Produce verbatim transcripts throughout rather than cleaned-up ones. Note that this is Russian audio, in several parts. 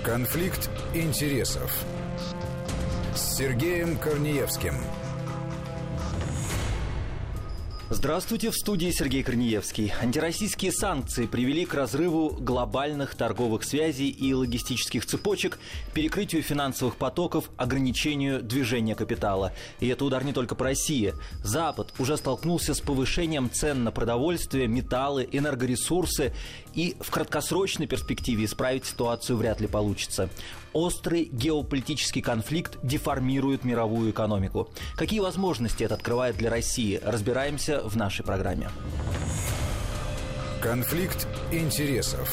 Конфликт интересов с Сергеем Корнеевским. Здравствуйте, в студии Сергей Корнеевский. Антироссийские санкции привели к разрыву глобальных торговых связей и логистических цепочек, перекрытию финансовых потоков, ограничению движения капитала. И это удар не только по России. Запад уже столкнулся с повышением цен на продовольствие, металлы, энергоресурсы, и в краткосрочной перспективе исправить ситуацию вряд ли получится. Острый геополитический конфликт деформирует мировую экономику. Какие возможности это открывает для России? Разбираемся в нашей программе. Конфликт интересов.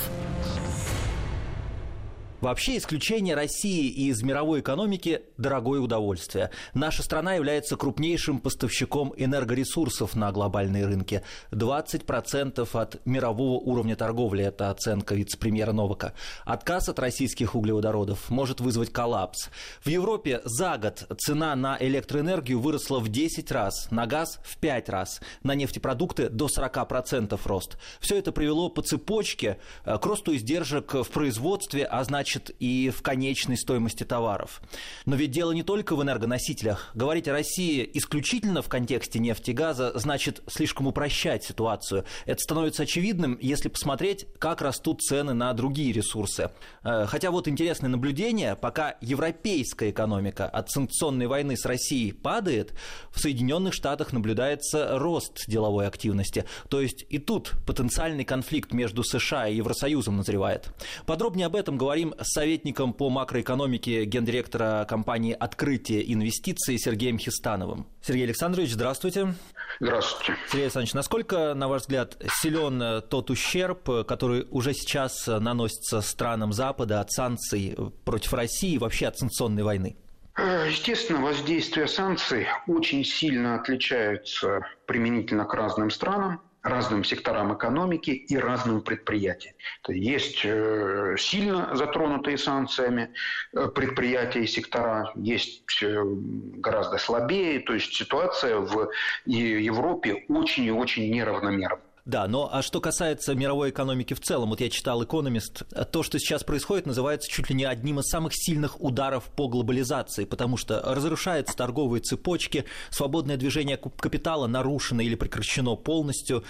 Вообще, исключение России из мировой экономики – дорогое удовольствие. Наша страна является крупнейшим поставщиком энергоресурсов на глобальные рынки. двадцать процентов от мирового уровня торговли – это оценка вице-премьера Новака. Отказ от российских углеводородов может вызвать коллапс. В Европе за год цена на электроэнергию выросла в десять раз, на газ – в пять раз, на нефтепродукты – до сорок процентов рост. Все это привело по цепочке к росту издержек в производстве, а значит, и в конечной стоимости товаров. Но ведь дело не только в энергоносителях. Говорить о России исключительно в контексте нефти и газа значит слишком упрощать ситуацию. Это становится очевидным, если посмотреть, как растут цены на другие ресурсы. Хотя вот интересное наблюдение: пока европейская экономика от санкционной войны с Россией падает, в Соединенных Штатах наблюдается рост деловой активности. То есть и тут потенциальный конфликт между США и Евросоюзом назревает. Подробнее об этом говорим с советником по макроэкономике гендиректора компании «Открытие инвестиций» Сергеем Хистановым. Сергей Александрович, здравствуйте. Здравствуйте. Сергей Александрович, насколько, на ваш взгляд, силен тот ущерб, который уже сейчас наносится странам Запада от санкций против России и вообще от санкционной войны? Естественно, воздействие санкций очень сильно отличается применительно к разным странам, разным секторам экономики и разным предприятиям. Есть сильно затронутые санкциями предприятия и сектора, есть гораздо слабее. То есть ситуация в Европе очень и очень неравномерна. Да, но а что касается мировой экономики в целом, вот я читал «Экономист», то, что сейчас происходит, называется чуть ли не одним из самых сильных ударов по глобализации, потому что разрушаются торговые цепочки, свободное движение капитала нарушено или прекращено полностью,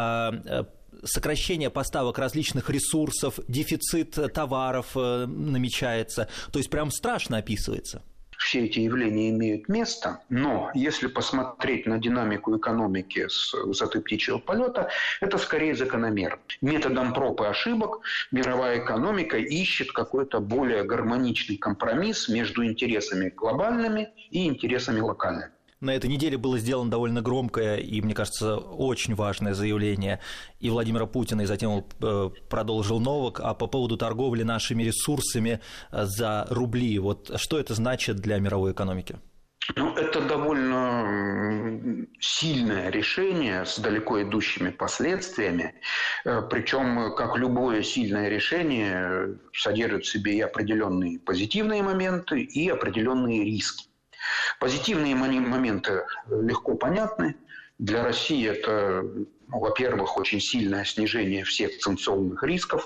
сокращение поставок различных ресурсов, дефицит товаров намечается, то есть прям страшно описывается. Все эти явления имеют место, но если посмотреть на динамику экономики с высоты птичьего полета, это скорее закономерно. Методом проб и ошибок мировая экономика ищет какой-то более гармоничный компромисс между интересами глобальными и интересами локальными. На этой неделе было сделано довольно громкое и, мне кажется, очень важное заявление и Владимира Путина, и затем он продолжил Новак, а по поводу торговли нашими ресурсами за рубли. Вот что это значит для мировой экономики? Ну, это довольно сильное решение с далеко идущими последствиями. Причем, как любое сильное решение, содержит в себе и определенные позитивные моменты, и определенные риски. Позитивные моменты легко понятны. Для России это, ну, во-первых, очень сильное снижение всех санкционных рисков,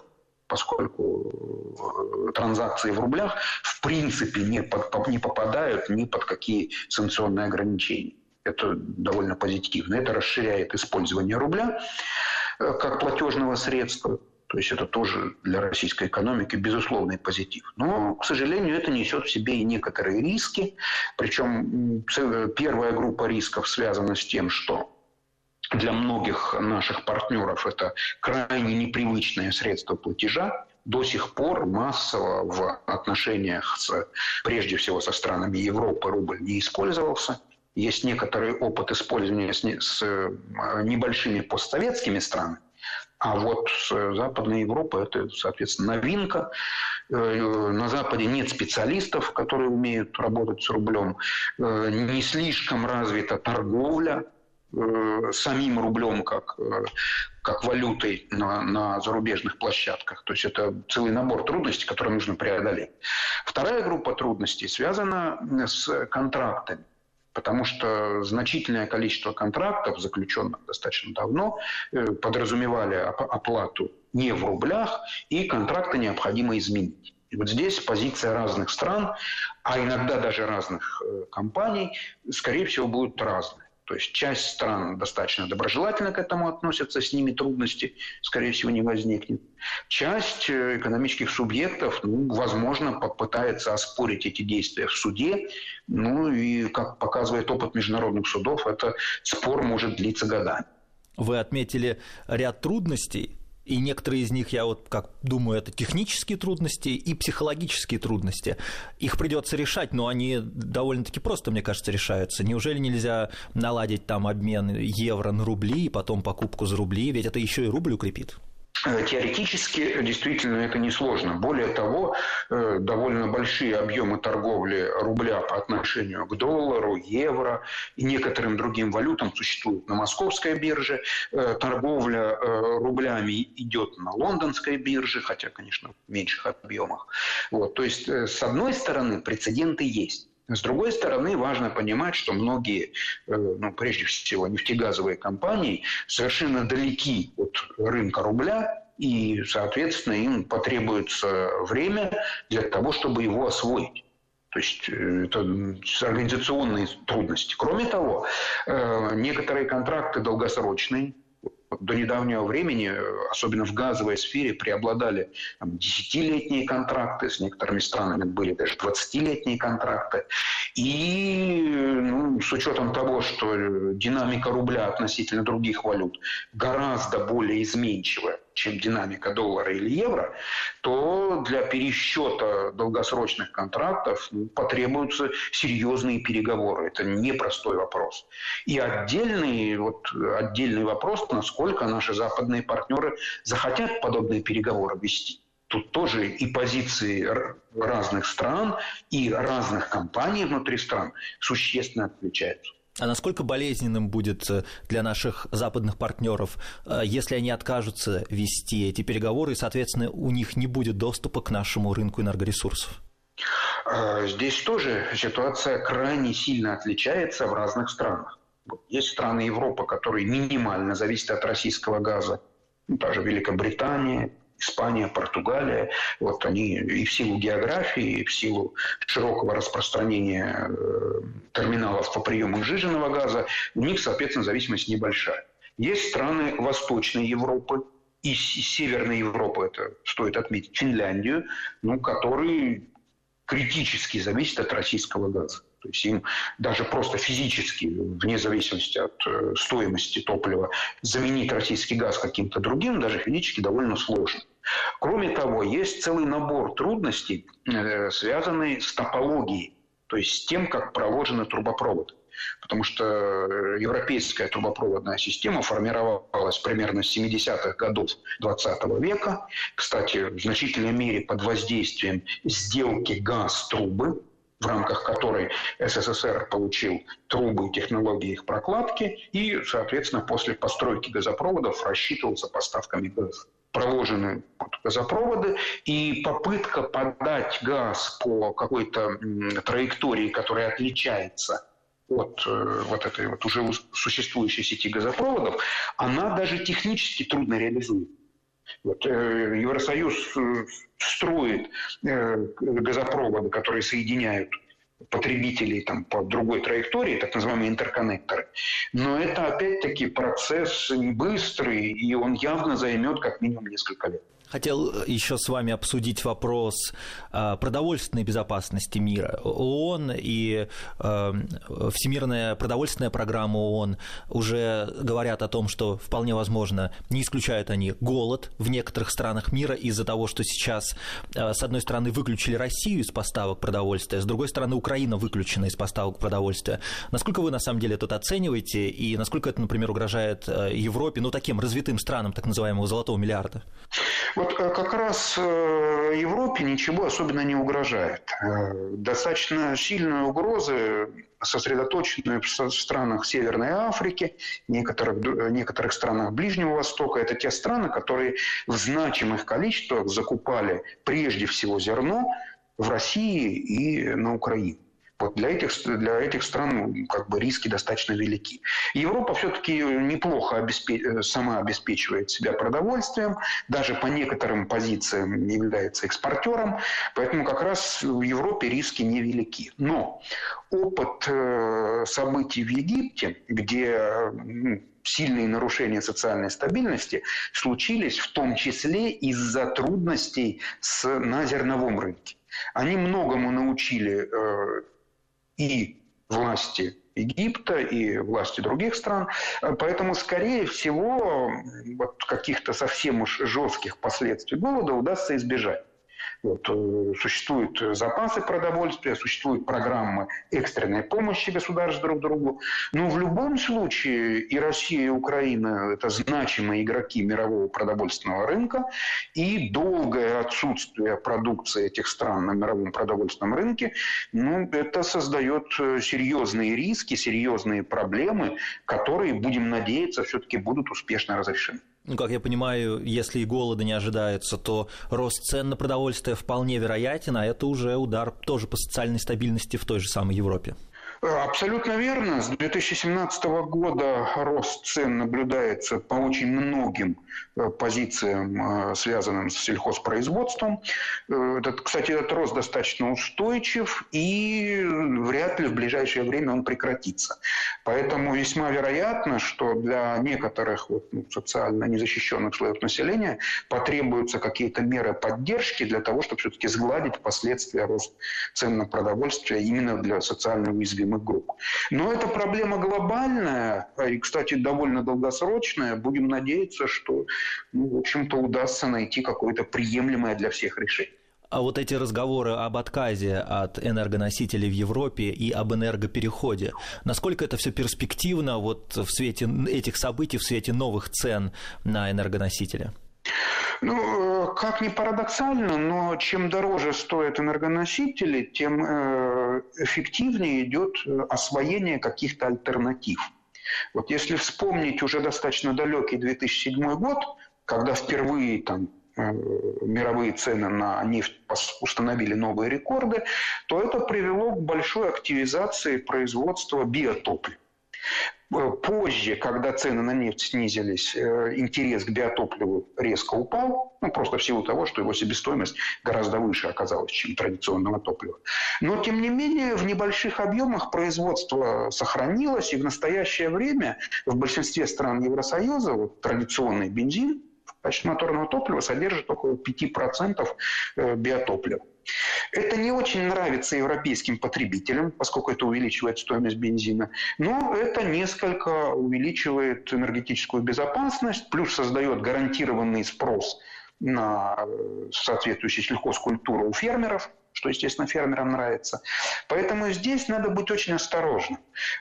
поскольку транзакции в рублях в принципе не, под, не попадают ни под какие санкционные ограничения. Это довольно позитивно. Это расширяет использование рубля как платежного средства. То есть это тоже для российской экономики безусловный позитив. Но, к сожалению, это несет в себе и некоторые риски. Причем первая группа рисков связана с тем, что для многих наших партнеров это крайне непривычное средство платежа. До сих пор массово в отношениях с, прежде всего со странами Европы, рубль не использовался. Есть некоторый опыт использования с, с небольшими постсоветскими странами. А вот с Западной Европы это, соответственно, новинка. На Западе нет специалистов, которые умеют работать с рублем. Не слишком развита торговля самим рублем как, как валютой на, на зарубежных площадках. То есть это целый набор трудностей, которые нужно преодолеть. Вторая группа трудностей связана с контрактами. Потому что значительное количество контрактов, заключенных достаточно давно, подразумевали оплату не в рублях, и контракты необходимо изменить. И вот здесь позиция разных стран, а иногда даже разных компаний, скорее всего, будут разные. То есть часть стран достаточно доброжелательно к этому относятся, с ними трудностей, скорее всего, не возникнет. Часть экономических субъектов, ну, возможно, попытается оспорить эти действия в суде. Ну и, как показывает опыт международных судов, этот спор может длиться годами. Вы отметили ряд трудностей. И некоторые из них, я вот как думаю, это технические трудности и психологические трудности. Их придется решать, но они довольно-таки просто, мне кажется, решаются. Неужели нельзя наладить там обмен евро на рубли и потом покупку за рубли? Ведь это еще и рубль укрепит. Теоретически действительно это несложно. Более того, довольно большие объемы торговли рубля по отношению к доллару, евро и некоторым другим валютам существуют на московской бирже. Торговля рублями идет на лондонской бирже, хотя, конечно, в меньших объемах. Вот. То есть, с одной стороны, прецеденты есть. С другой стороны, важно понимать, что многие, ну, прежде всего, нефтегазовые компании совершенно далеки от рынка рубля, и, соответственно, им потребуется время для того, чтобы его освоить. То есть это организационные трудности. Кроме того, некоторые контракты долгосрочные. До недавнего времени, особенно в газовой сфере, преобладали там, десятилетние контракты, с некоторыми странами были даже двадцатилетние контракты. И ну, с учетом того, что динамика рубля относительно других валют гораздо более изменчивая, чем динамика доллара или евро, то для пересчета долгосрочных контрактов ну, потребуются серьезные переговоры. Это непростой вопрос. И отдельный, вот, отдельный вопрос, насколько наши западные партнеры захотят подобные переговоры вести. Тут тоже и позиции разных стран, и разных компаний внутри стран существенно отличаются. А насколько болезненным будет для наших западных партнеров, если они откажутся вести эти переговоры, и, соответственно, у них не будет доступа к нашему рынку энергоресурсов? Здесь тоже ситуация крайне сильно отличается в разных странах. Есть страны Европы, которые минимально зависят от российского газа. Ну, та же Великобритания, Испания, Португалия, вот они и в силу географии, и в силу широкого распространения терминалов по приему сжиженного газа, у них, соответственно, зависимость небольшая. Есть страны Восточной Европы и Северной Европы, это стоит отметить, Финляндию, ну, которые критически зависят от российского газа. То есть им даже просто физически, вне зависимости от стоимости топлива, заменить российский газ каким-то другим, даже физически довольно сложно. Кроме того, есть целый набор трудностей, связанный с топологией, то есть с тем, как проложены трубопроводы. Потому что европейская трубопроводная система формировалась примерно с семидесятых годов двадцатого века. Кстати, в значительной мере под воздействием сделки газ-трубы, в рамках которой СССР получил трубы и технологии их прокладки, и, соответственно, после постройки газопроводов рассчитывался поставками газа. Проложены газопроводы, и попытка подать газ по какой-то траектории, которая отличается от вот этой вот уже существующей сети газопроводов, она даже технически трудно реализуема. Вот, э, Евросоюз строит э, газопроводы, которые соединяют потребителей там, по другой траектории, так называемые интерконнекторы. Но это опять-таки процесс не быстрый, и он явно займет как минимум несколько лет. Хотел еще с вами обсудить вопрос продовольственной безопасности мира. ООН и Всемирная продовольственная программа ООН уже говорят о том, что вполне возможно, не исключают они голод в некоторых странах мира из-за того, что сейчас, с одной стороны, выключили Россию из поставок продовольствия, с другой стороны, Украина выключена из поставок продовольствия. Насколько вы на самом деле тут оцениваете, и насколько это, например, угрожает Европе, ну, таким развитым странам, так называемого золотого миллиарда? Вот как раз Европе ничего особенно не угрожает. Достаточно сильные угрозы сосредоточены в странах Северной Африки, некоторых, некоторых странах Ближнего Востока. Это те страны, которые в значимых количествах закупали прежде всего зерно в России и на Украине. Вот для этих, для этих стран как бы риски достаточно велики. Европа все-таки неплохо обеспе... сама обеспечивает себя продовольствием, даже по некоторым позициям является экспортером, поэтому как раз в Европе риски невелики. Но опыт событий в Египте, где сильные нарушения социальной стабильности случились в том числе из-за трудностей с, на зерновом рынке. Они многому научили э, и власти Египта, и власти других стран. Поэтому, скорее всего, вот каких-то совсем уж жестких последствий голода удастся избежать. Вот, существуют запасы продовольствия, существуют программы экстренной помощи государств друг другу. Но в любом случае и Россия, и Украина – это значимые игроки мирового продовольственного рынка. И долгое отсутствие продукции этих стран на мировом продовольственном рынке, ну, это создает серьезные риски, серьезные проблемы, которые, будем надеяться, все-таки будут успешно разрешены. Ну, как я понимаю, если и голода не ожидается, то рост цен на продовольствие вполне вероятен, а это уже удар тоже по социальной стабильности в той же самой Европе. Абсолютно верно. С две тысячи семнадцатого года рост цен наблюдается по очень многим позициям, связанным с сельхозпроизводством. Этот, кстати, этот рост достаточно устойчив, и вряд ли в ближайшее время он прекратится. Поэтому весьма вероятно, что для некоторых вот, ну, социально незащищенных слоев населения потребуются какие-то меры поддержки для того, чтобы все-таки сгладить последствия роста цен на продовольствие именно для социально уязвимых групп. Но эта проблема глобальная и, кстати, довольно долгосрочная. Будем надеяться, что, ну, в общем-то, удастся найти какое-то приемлемое для всех решение. А вот эти разговоры об отказе от энергоносителей в Европе и об энергопереходе, насколько это все перспективно вот в свете этих событий, в свете новых цен на энергоносители? Ну, как ни парадоксально, но чем дороже стоят энергоносители, тем эффективнее идет освоение каких-то альтернатив. Вот если вспомнить уже достаточно далекий две тысячи седьмой год, когда впервые там мировые цены на нефть установили новые рекорды, то это привело к большой активизации производства биотоплива. Позже, когда цены на нефть снизились, интерес к биотопливу резко упал, ну, просто в силу того, что его себестоимость гораздо выше оказалась, чем традиционного топлива. Но, тем не менее, в небольших объемах производство сохранилось, и в настоящее время в большинстве стран Евросоюза вот, традиционный бензин в качестве моторного топлива содержит около пяти процентов биотоплива. Это не очень нравится европейским потребителям, поскольку это увеличивает стоимость бензина, но это несколько увеличивает энергетическую безопасность, плюс создает гарантированный спрос на соответствующую сельхозкультуру у фермеров, что, естественно, фермерам нравится. Поэтому здесь надо быть очень осторожным.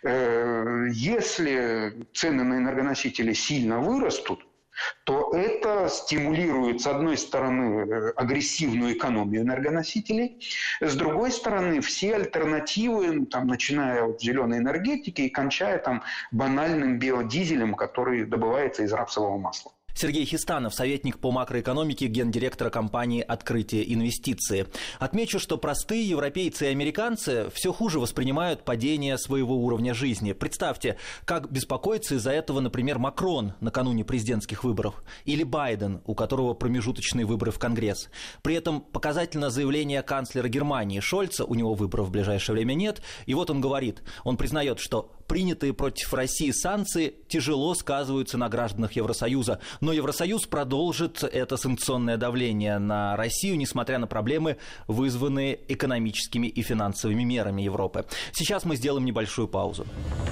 Если цены на энергоносители сильно вырастут, то это стимулирует, с одной стороны, агрессивную экономию энергоносителей, с другой стороны, все альтернативы, там, начиная от зеленой энергетики и кончая там, банальным биодизелем, который добывается из рапсового масла. Сергей Хистанов, советник по макроэкономике гендиректора компании «Открытие инвестиции». Отмечу, что простые европейцы и американцы все хуже воспринимают падение своего уровня жизни. Представьте, как беспокоится из-за этого, например, Макрон накануне президентских выборов или Байден, у которого промежуточные выборы в Конгресс. При этом показательно заявление канцлера Германии Шольца, у него выборов в ближайшее время нет, и вот он говорит, он признает, что принятые против России санкции тяжело сказываются на гражданах Евросоюза, но Евросоюз продолжит это санкционное давление на Россию, несмотря на проблемы, вызванные экономическими и финансовыми мерами Европы. Сейчас мы сделаем небольшую паузу.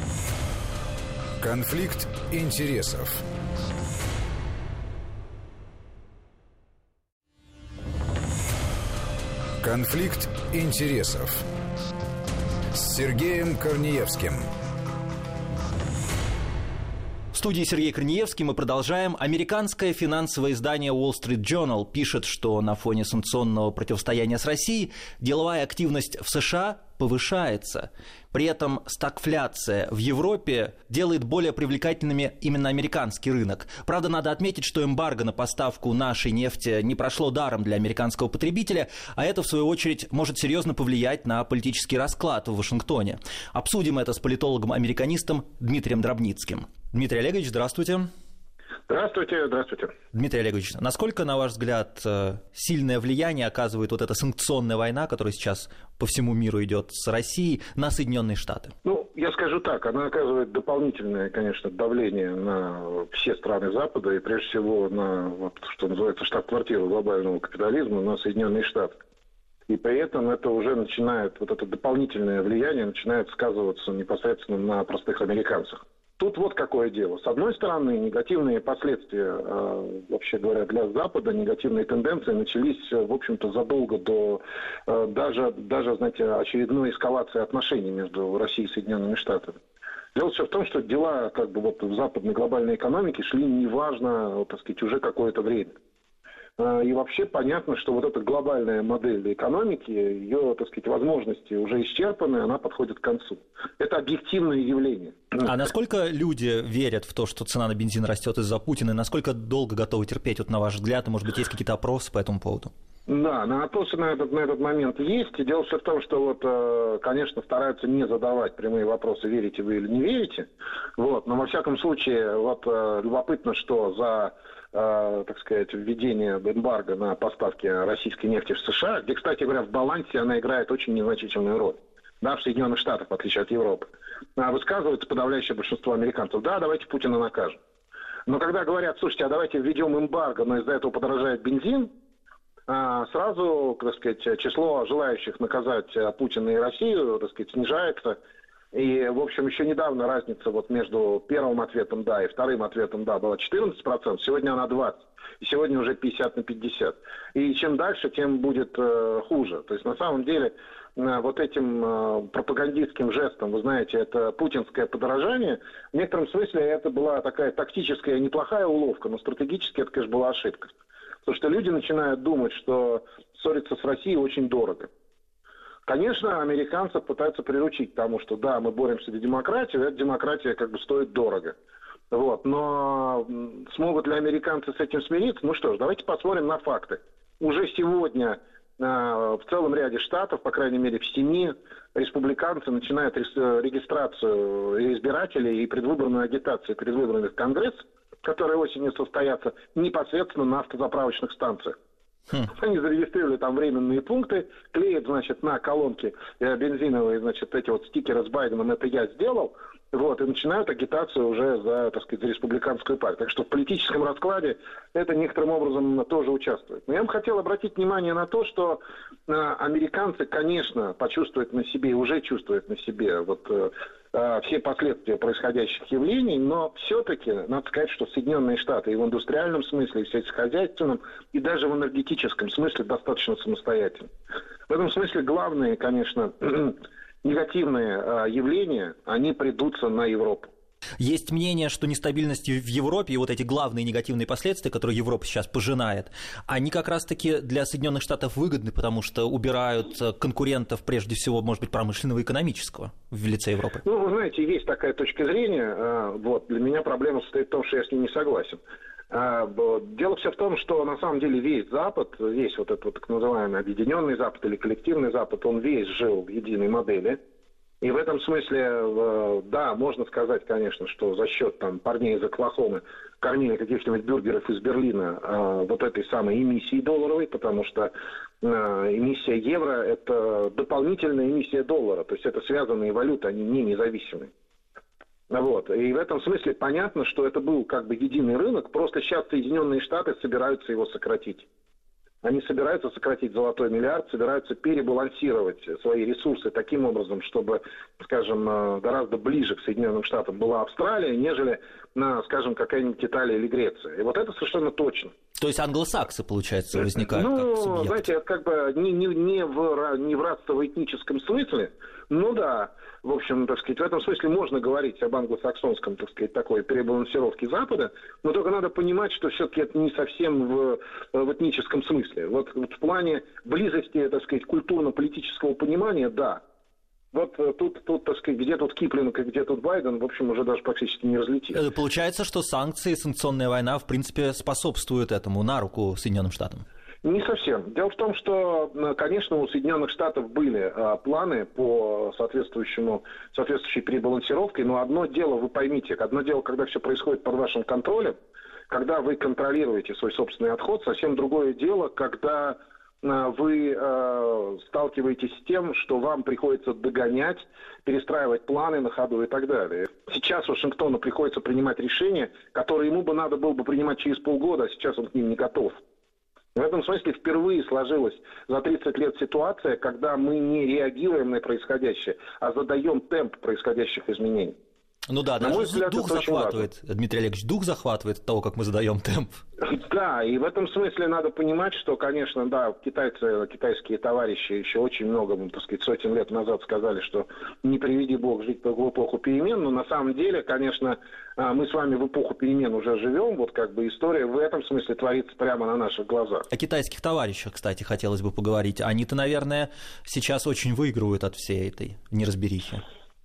Конфликт интересов. Конфликт интересов. С Сергеем Корнеевским. В студии Сергей Корнеевский мы продолжаем. Американское финансовое издание Wall Street Journal пишет, что на фоне санкционного противостояния с Россией деловая активность в США повышается. При этом стагфляция в Европе делает более привлекательными именно американский рынок. Правда, надо отметить, что эмбарго на поставку нашей нефти не прошло даром для американского потребителя, а это, в свою очередь, может серьезно повлиять на политический расклад в Вашингтоне. Обсудим это с политологом-американистом Дмитрием Дробницким. Дмитрий Олегович, здравствуйте. Здравствуйте, здравствуйте. Дмитрий Олегович, насколько, на ваш взгляд, сильное влияние оказывает вот эта санкционная война, которая сейчас по всему миру идет с Россией, на Соединенные Штаты? Ну, я скажу так, она оказывает дополнительное, конечно, давление на все страны Запада и, прежде всего, на, вот, что называется, штаб-квартиру глобального капитализма, на Соединенные Штаты. И при этом это уже начинает, вот это дополнительное влияние начинает сказываться непосредственно на простых американцах. Тут вот какое дело. С одной стороны, негативные последствия, вообще говоря, для Запада, негативные тенденции начались, в общем-то, задолго до даже, даже, знаете, очередной эскалации отношений между Россией и Соединенными Штатами. Дело все в том, что дела как бы вот в западной глобальной экономике шли неважно, так сказать, уже какое-то время. И вообще понятно, что вот эта глобальная модель экономики, ее, так сказать, возможности уже исчерпаны, она подходит к концу. Это объективное явление. А насколько люди верят в то, что цена на бензин растет из-за Путина, и насколько долго готовы терпеть, вот на ваш взгляд, и, может быть, есть какие-то опросы по этому поводу? Да, на опросы на этот, на этот момент есть. И дело все в том, что, вот, конечно, стараются не задавать прямые вопросы, верите вы или не верите. Вот. Но, во всяком случае, вот, любопытно, что за... так сказать, введение эмбарго на поставки российской нефти в США, где, кстати говоря, в балансе она играет очень незначительную роль. Да, в Соединенных Штатах, в отличие от Европы. Высказывается подавляющее большинство американцев. Да, давайте Путина накажем. Но когда говорят, слушайте, а давайте введем эмбарго, но из-за этого подорожает бензин, сразу, так сказать, число желающих наказать Путина и Россию, так сказать, снижается. И, в общем, еще недавно разница вот между первым ответом «да» и вторым ответом «да» была четырнадцать процентов, сегодня она двадцать процентов, и сегодня уже пятьдесят на пятьдесят. И чем дальше, тем будет э, хуже. То есть, на самом деле, э, вот этим э, пропагандистским жестом, вы знаете, это путинское подорожание, в некотором смысле это была такая тактическая, неплохая уловка, но стратегически это, конечно, была ошибка. Потому что люди начинают думать, что ссориться с Россией очень дорого. Конечно, американцы пытаются приручить к тому, что да, мы боремся за демократию, эта демократия как бы стоит дорого. Вот. Но смогут ли американцы с этим смириться? Ну что ж, давайте посмотрим на факты. Уже сегодня э, в целом ряде штатов, по крайней мере в семи, республиканцы начинают регистрацию избирателей и предвыборную агитацию предвыборных конгрессов, которые осенью состоятся непосредственно на автозаправочных станциях. Хм. Они зарегистрировали там временные пункты, клеят, значит, на колонки бензиновые, значит, эти вот стикеры с Байденом «это я сделал», вот, и начинают агитацию уже за, так сказать, за республиканскую партию. Так что в политическом раскладе это некоторым образом тоже участвует. Но я бы хотел обратить внимание на то, что э, американцы, конечно, почувствуют на себе, уже чувствуют на себе вот э, э, все последствия происходящих явлений, но все-таки надо сказать, что Соединенные Штаты и в индустриальном смысле, и в сельскохозяйственном, и даже в энергетическом смысле достаточно самостоятельны. В этом смысле главные, конечно, негативные э, явления, они придутся на Европу. Есть мнение, что нестабильность в Европе и вот эти главные негативные последствия, которые Европа сейчас пожинает, они как раз-таки для Соединенных Штатов выгодны, потому что убирают конкурентов, прежде всего, может быть, промышленного и экономического в лице Европы. Ну, вы знаете, есть такая точка зрения. Вот, для меня проблема состоит в том, что я с ней не согласен. Дело все в том, что на самом деле весь Запад, весь вот этот вот так называемый объединенный Запад или коллективный Запад, он весь жил в единой модели. И в этом смысле, да, можно сказать, конечно, что за счет там парней из Оклахомы кормили каких-нибудь бюргеров из Берлина э, вот этой самой эмиссии долларовой, потому что э, эмиссия евро – это дополнительная эмиссия доллара, то есть это связанные валюты, они не независимые. Вот. И в этом смысле понятно, что это был как бы единый рынок, просто сейчас Соединенные Штаты собираются его сократить. Они собираются сократить золотой миллиард, собираются перебалансировать свои ресурсы таким образом, чтобы, скажем, гораздо ближе к Соединенным Штатам была Австралия, нежели, скажем, какая-нибудь Италия или Греция. И вот это совершенно точно. То есть англосаксы, получается, возникают ну, как субъект? Знаете, это как бы не, не, не, в, не в родство в этническом смысле, ну да, в общем, так сказать, в этом смысле можно говорить об англосаксонском, так сказать, такой перебалансировке Запада, но только надо понимать, что все-таки это не совсем в, в этническом смысле. Вот, вот в плане близости, так сказать, культурно-политического понимания, да. Вот тут, тут, так сказать, где тут Киплинг и где тут Байден, в общем, уже даже практически не разлетишь. Получается, что санкции, санкционная война, в принципе, способствуют этому, на руку Соединенным Штатам? Не совсем. Дело в том, что, конечно, у Соединенных Штатов были планы по соответствующему, соответствующей перебалансировке, но одно дело, вы поймите, одно дело, когда все происходит под вашим контролем, когда вы контролируете свой собственный отход, совсем другое дело, когда вы э, сталкиваетесь с тем, что вам приходится догонять, перестраивать планы на ходу и так далее. Сейчас Вашингтону приходится принимать решения, которые ему бы надо было бы принимать через полгода, а сейчас он к ним не готов. В этом смысле впервые сложилась за тридцать лет ситуация, когда мы не реагируем на происходящее, а задаем темп происходящих изменений. Ну да, на даже взгляд, дух захватывает, Дмитрий Олегович, дух захватывает от того, как мы задаем темп. Да, и в этом смысле надо понимать, что, конечно, да, китайцы, китайские товарищи еще очень много, так сказать, сотен лет назад сказали, что не приведи Бог жить в эпоху перемен, но на самом деле, конечно, мы с вами в эпоху перемен уже живем, вот как бы история в этом смысле творится прямо на наших глазах. О китайских товарищах, кстати, хотелось бы поговорить. Они-то, наверное, сейчас очень выигрывают от всей этой неразберихи.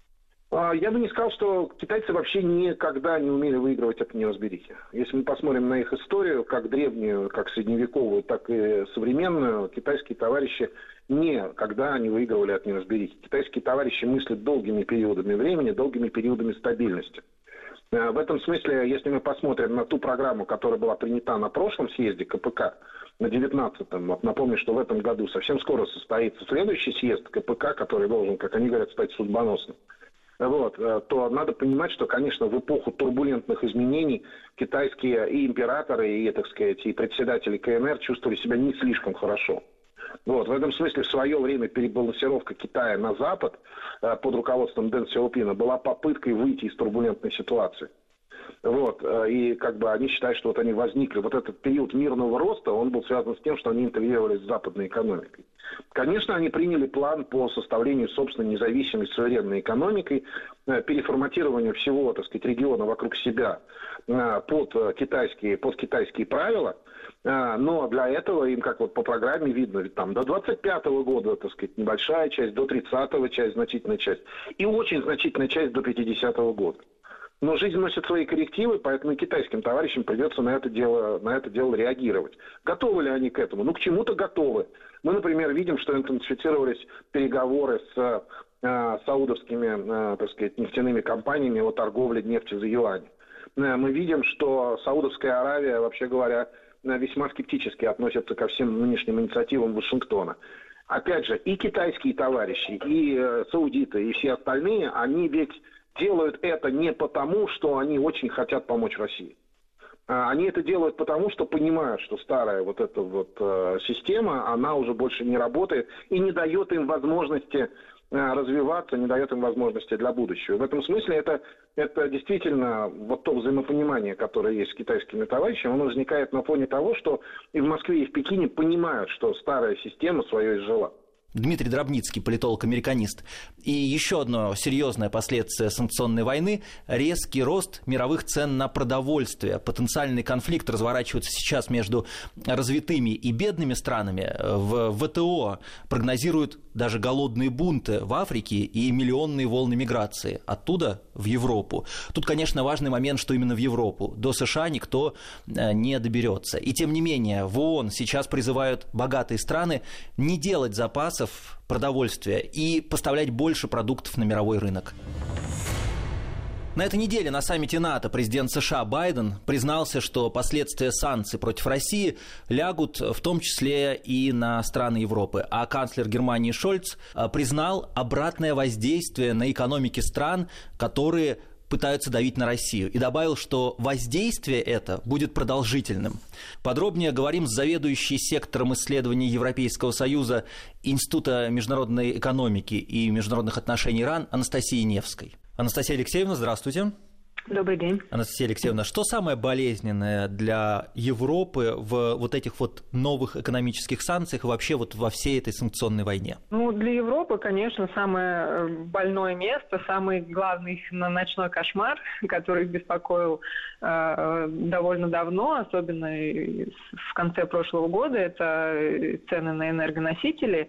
Я бы не сказал, что китайцы вообще никогда не умели выигрывать от неразберихи. Если мы посмотрим на их историю, как древнюю, как средневековую, так и современную, китайские товарищи никогда не выигрывали от неразберихи. Китайские товарищи мыслят долгими периодами времени, долгими периодами стабильности. В этом смысле, если мы посмотрим на ту программу, которая была принята на прошлом съезде КПК, на девятнадцатом, вот напомню, что в этом году совсем скоро состоится следующий съезд КПК, который должен, как они говорят, стать судьбоносным. Вот, то надо понимать, что, конечно, в эпоху турбулентных изменений китайские и императоры, и, так сказать, и председатели КНР чувствовали себя не слишком хорошо. Вот, в этом смысле в свое время перебалансировка Китая на Запад под руководством Дэн Сяопина была попыткой выйти из турбулентной ситуации. Вот, и как бы они считают, что вот они возникли. Вот этот период мирного роста, он был связан с тем, что они интегрировались с западной экономикой. Конечно, они приняли план по составлению собственной независимой суверенной экономикой, переформатированию всего, так сказать, региона вокруг себя под китайские, под китайские правила. Но для этого им, как вот по программе видно, ведь там до двадцать пятого года, так сказать, небольшая часть, до тридцатого часть, значительная часть, и очень значительная часть до пятидесятого года. Но жизнь носит свои коррективы, поэтому и китайским товарищам придется на это дело, на это дело реагировать. Готовы ли они к этому? Ну, к чему-то готовы. Мы, например, видим, что интенсифицировались переговоры с э, саудовскими, э, так сказать, нефтяными компаниями о торговле нефтью за юань. Э, мы видим, что Саудовская Аравия, вообще говоря, весьма скептически относится ко всем нынешним инициативам Вашингтона. Опять же, и китайские товарищи, и э, саудиты, и все остальные, они ведь делают это не потому, что они очень хотят помочь России. Они это делают потому, что понимают, что старая вот эта вот э, система, она уже больше не работает и не дает им возможности э, развиваться, не дает им возможности для будущего. В этом смысле это, это действительно вот то взаимопонимание, которое есть с китайскими товарищами, оно возникает на фоне того, что и в Москве, и в Пекине понимают, что старая система свое изжила. Дмитрий Дробницкий, политолог-американист. И еще одно серьезное последствие санкционной войны – резкий рост мировых цен на продовольствие. Потенциальный конфликт разворачивается сейчас между развитыми и бедными странами. В ВТО прогнозируют даже голодные бунты в Африке и миллионные волны миграции оттуда в Европу. Тут, конечно, важный момент, что именно в Европу. До США никто не доберется. И тем не менее, в ООН сейчас призывают богатые страны не делать запасов продовольствия и поставлять больше продуктов на мировой рынок. На этой неделе на саммите НАТО президент США Байден признался, что последствия санкций против России лягут в том числе и на страны Европы. А канцлер Германии Шольц признал обратное воздействие на экономики стран, которые пытаются давить на Россию, и добавил, что воздействие это будет продолжительным. Подробнее говорим с заведующей сектором исследований Европейского Союза Института международной экономики и международных отношений РАН Анастасией Невской. Анастасия Алексеевна, здравствуйте. Добрый день. Анастасия Алексеевна, что самое болезненное для Европы в вот этих вот новых экономических санкциях и вообще вот во всей этой санкционной войне? Ну, для Европы, конечно, самое больное место, самый главный ночной кошмар, который их беспокоил э, довольно давно, особенно в конце прошлого года, это цены на энергоносители.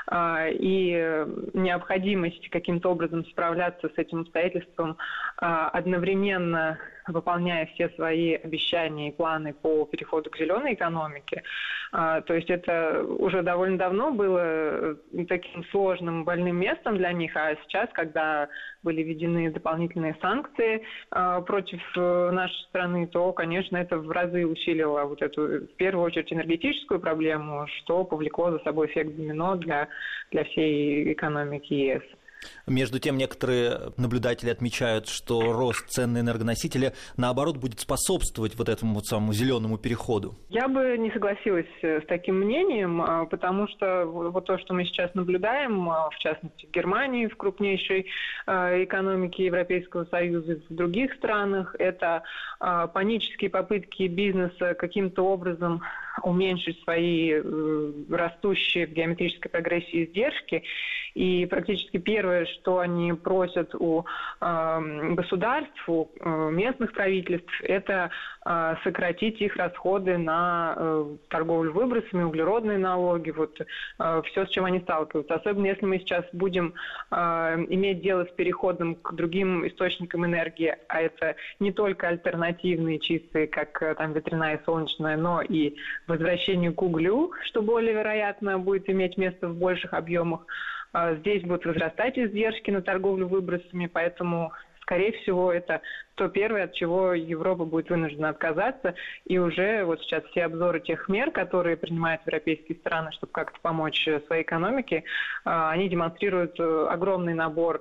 и необходимость каким-то образом справляться с этим обстоятельством, одновременно выполняя все свои обещания и планы по переходу к зеленой экономике. То есть это уже довольно давно было таким сложным больным местом для них, а сейчас, когда были введены дополнительные санкции против нашей страны, то, конечно, это в разы усилило вот эту, в первую очередь, энергетическую проблему, что повлекло за собой эффект домино для, для всей экономики ЕС. Между тем, некоторые наблюдатели отмечают, что рост цен на энергоносители, наоборот, будет способствовать вот этому вот самому зеленому переходу. Я бы не согласилась с таким мнением, потому что вот то, что мы сейчас наблюдаем, в частности, в Германии, в крупнейшей экономике Европейского Союза, в других странах, это панические попытки бизнеса каким-то образом уменьшить свои растущие в геометрической прогрессии издержки. И практически первое, что они просят у э, государств, у э, местных правительств, это э, сократить их расходы на э, торговлю выбросами, углеродные налоги, вот э, все, с чем они сталкиваются. Особенно если мы сейчас будем э, иметь дело с переходом к другим источникам энергии, а это не только альтернативные чистые, как э, там ветряная и солнечная, но и возвращение к углю, что более вероятно будет иметь место в больших объемах. Здесь будут возрастать издержки на торговлю выбросами, поэтому, скорее всего, это то первое, от чего Европа будет вынуждена отказаться. И уже вот сейчас все обзоры тех мер, которые принимают европейские страны, чтобы как-то помочь своей экономике, они демонстрируют огромный набор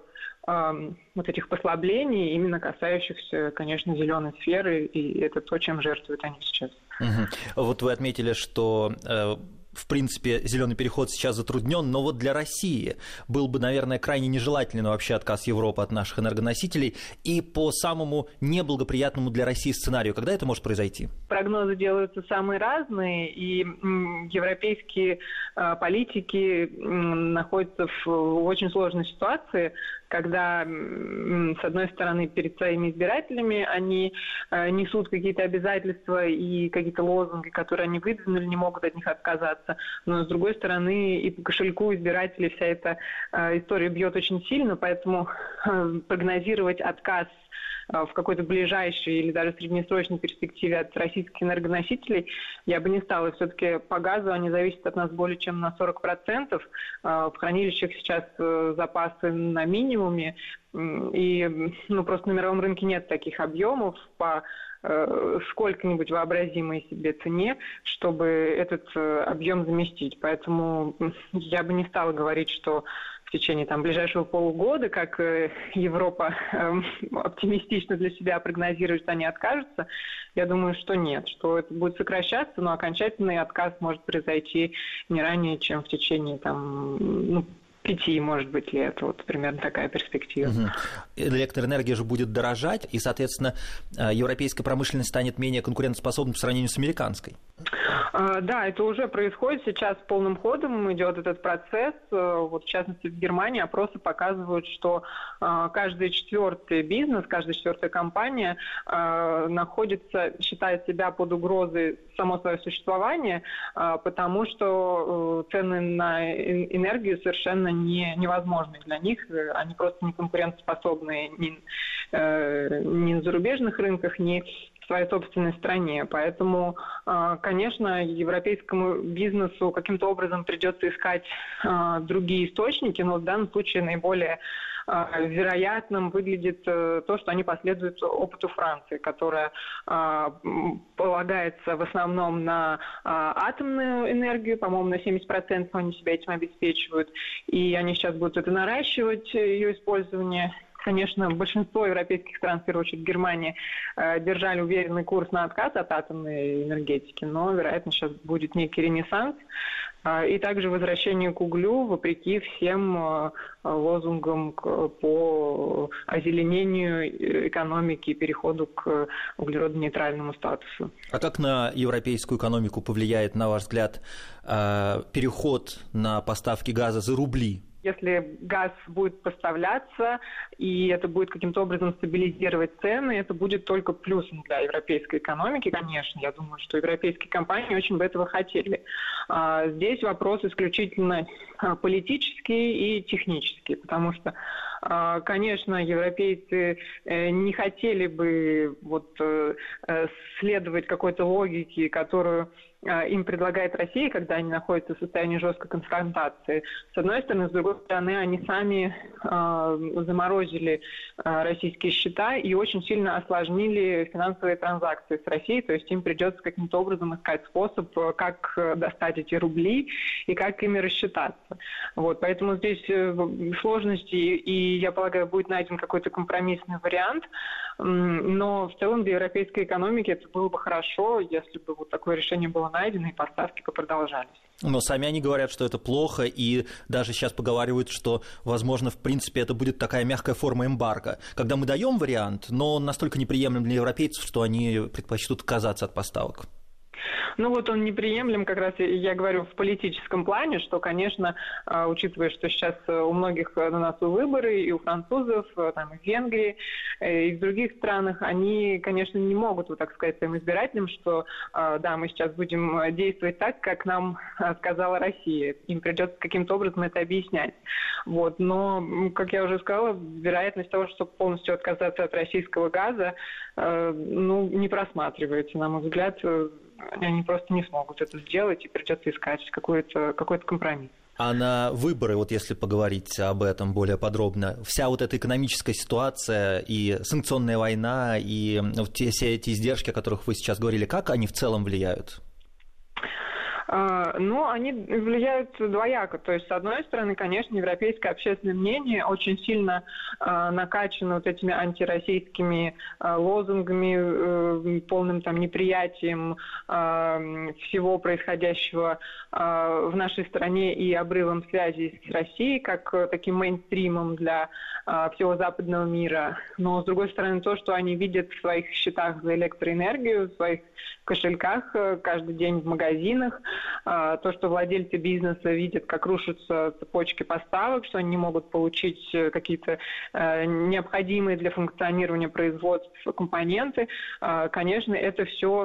вот этих послаблений, именно касающихся, конечно, зеленой сферы, и это то, чем жертвуют они сейчас. Угу. Вот вы отметили, что в принципе, зеленый переход сейчас затруднен, но вот для России был бы, наверное, крайне нежелательный вообще отказ Европы от наших энергоносителей и по самому неблагоприятному для России сценарию. Когда это может произойти? Прогнозы делаются самые разные, и европейские политики находятся в очень сложной ситуации, когда, с одной стороны, перед своими избирателями они несут какие-то обязательства и какие-то лозунги, которые они выдвинули, не могут от них отказаться. Но, с другой стороны, и по кошельку избирателей вся эта история бьет очень сильно, поэтому прогнозировать отказ в какой-то ближайшей или даже среднесрочной перспективе от российских энергоносителей я бы не стала. Все-таки по газу они зависят от нас более чем на сорок процентов. В хранилищах сейчас запасы на минимуме. И ну, просто на мировом рынке нет таких объемов по сколько-нибудь вообразимой себе цене, чтобы этот объем заместить. Поэтому я бы не стала говорить, что в течение там, ближайшего полугода, как Европа оптимистично для себя прогнозирует, что они откажутся, я думаю, что нет, что это будет сокращаться, но окончательный отказ может произойти не ранее, чем в течение там, ну, пяти, может быть, лет. Вот примерно такая перспектива. Угу. Электроэнергия же будет дорожать, и, соответственно, европейская промышленность станет менее конкурентоспособной по сравнению с американской. Да, это уже происходит сейчас полным ходом, идет этот процесс. Вот, в частности, в Германии опросы показывают, что каждый четвертый бизнес, каждая четвертая компания находится, считает себя под угрозой само свое существование, потому что цены на энергию совершенно не, невозможны для них. Они просто не конкурентоспособны ни, ни на зарубежных рынках, ни в своей собственной стране. Поэтому, конечно, европейскому бизнесу каким-то образом придется искать другие источники, но в данном случае наиболее вероятным выглядит то, что они последуют опыту Франции, которая полагается в основном на атомную энергию, по-моему, на семьдесят процентов они себя этим обеспечивают, и они сейчас будут это наращивать, ее использование. Конечно, большинство европейских стран, в первую очередь Германия, держали уверенный курс на отказ от атомной энергетики, но, вероятно, сейчас будет некий ренессанс. И также возвращение к углю, вопреки всем лозунгам по озеленению экономики и переходу к углеродонейтральному статусу. А как на европейскую экономику повлияет, на ваш взгляд, переход на поставки газа за рубли Если газ будет поставляться, и это будет каким-то образом стабилизировать цены, это будет только плюсом для европейской экономики, конечно. Я думаю, что европейские компании очень бы этого хотели. Здесь вопрос исключительно политический и технический, потому что, конечно, европейцы не хотели бы вот следовать какой-то логике, которую им предлагает Россия, когда они находятся в состоянии жесткой конфронтации. С одной стороны, с другой стороны, они сами э, заморозили э, российские счета и очень сильно осложнили финансовые транзакции с Россией, то есть им придется каким-то образом искать способ, как достать эти рубли и как ими рассчитаться. Вот, поэтому здесь сложности, и, я полагаю, будет найден какой-то компромиссный вариант, но в целом для европейской экономики это было бы хорошо, если бы вот такое решение было найдено, и поставки бы продолжались. Но сами они говорят, что это плохо, и даже сейчас поговаривают, что, возможно, в принципе, это будет такая мягкая форма эмбарго, когда мы даем вариант, но он настолько неприемлем для европейцев, что они предпочтут отказаться от поставок. Ну вот он неприемлем, как раз я говорю в политическом плане, что, конечно, учитывая, что сейчас у многих на носу выборы, и у французов, там, и в Венгрии, и в других странах, они, конечно, не могут, вот так сказать, своим избирателям, что, да, мы сейчас будем действовать так, как нам сказала Россия. Им придется каким-то образом это объяснять. Вот. Но, как я уже сказала, вероятность того, что полностью отказаться от российского газа, ну, не просматривается, на мой взгляд. Они просто не смогут это сделать, и придется искать какой-то, какой-то компромисс. А на выборы, вот если поговорить об этом более подробно, вся вот эта экономическая ситуация и санкционная война, и вот те, все эти издержки, о которых вы сейчас говорили, как они в целом влияют? Ну, они влияют двояко. То есть, с одной стороны, конечно, европейское общественное мнение очень сильно э, накачано вот этими антироссийскими э, лозунгами, э, полным там неприятием э, всего происходящего э, в нашей стране и обрывом связи с Россией, как э, таким мейнстримом для э, всего западного мира. Но, с другой стороны, то, что они видят в своих счетах за электроэнергию, в своих кошельках э, каждый день в магазинах, то, что владельцы бизнеса видят, как рушатся цепочки поставок, что они не могут получить какие-то необходимые для функционирования производства компоненты, конечно, это все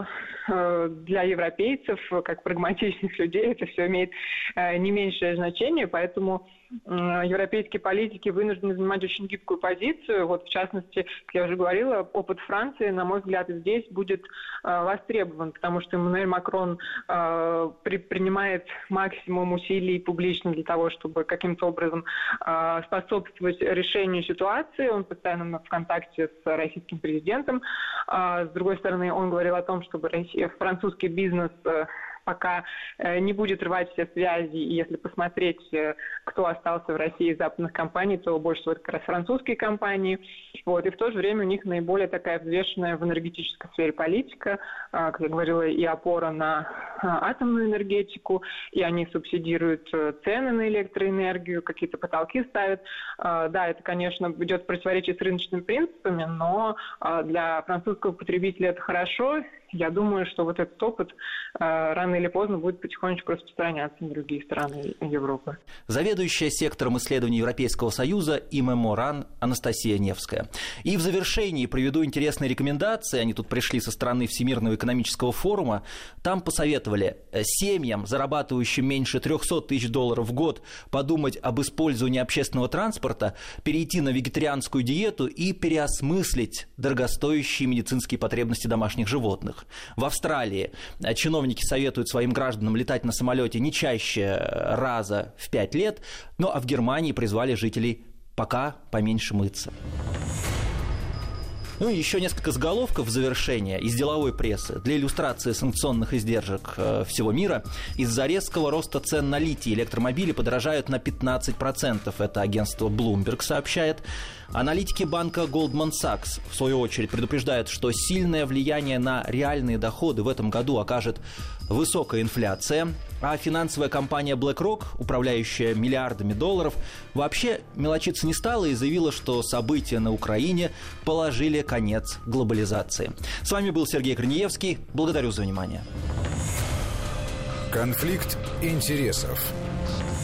для европейцев, как прагматичных людей, это все имеет не меньшее значение, поэтому европейские политики вынуждены занимать очень гибкую позицию. Вот, в частности, как я уже говорила, опыт Франции, на мой взгляд, здесь будет э, востребован, потому что Эммануэль Макрон э, при, принимает максимум усилий публично для того, чтобы каким-то образом э, способствовать решению ситуации. Он постоянно в контакте с российским президентом. Э, с другой стороны, он говорил о том, чтобы Россия, французский бизнес э, пока не будет рвать все связи, и если посмотреть, кто остался в России из западных компаний, то больше всего это как раз французские компании. Вот. И в то же время у них наиболее такая взвешенная в энергетической сфере политика, как я говорила, и опора на атомную энергетику, и они субсидируют цены на электроэнергию, какие-то потолки ставят. Да, это, конечно, идет в противоречие с рыночными принципами, но для французского потребителя это хорошо. Я думаю, что вот этот опыт э, рано или поздно будет потихонечку распространяться на другие страны Европы. Заведующая сектором исследований Европейского Союза ИММО-РАН Анастасия Невская. И в завершении приведу интересные рекомендации. Они тут пришли со стороны Всемирного экономического форума. Там посоветовали семьям, зарабатывающим меньше триста тысяч долларов в год, подумать об использовании общественного транспорта, перейти на вегетарианскую диету и переосмыслить дорогостоящие медицинские потребности домашних животных. В Австралии чиновники советуют своим гражданам летать на самолете не чаще раза в пять лет, ну а в Германии призвали жителей пока поменьше мыться. Ну и еще несколько заголовков в завершение из деловой прессы. Для иллюстрации санкционных издержек э, всего мира. Из-за резкого роста цен на литий электромобили подорожают на пятнадцать процентов. Это агентство Bloomberg сообщает. Аналитики банка Goldman Sachs, в свою очередь, предупреждают, что сильное влияние на реальные доходы в этом году окажет высокая инфляция, а финансовая компания BlackRock, управляющая миллиардами долларов, вообще мелочиться не стала и заявила, что события на Украине положили конец глобализации. С вами был Сергей Корнеевский. Благодарю за внимание. Конфликт интересов.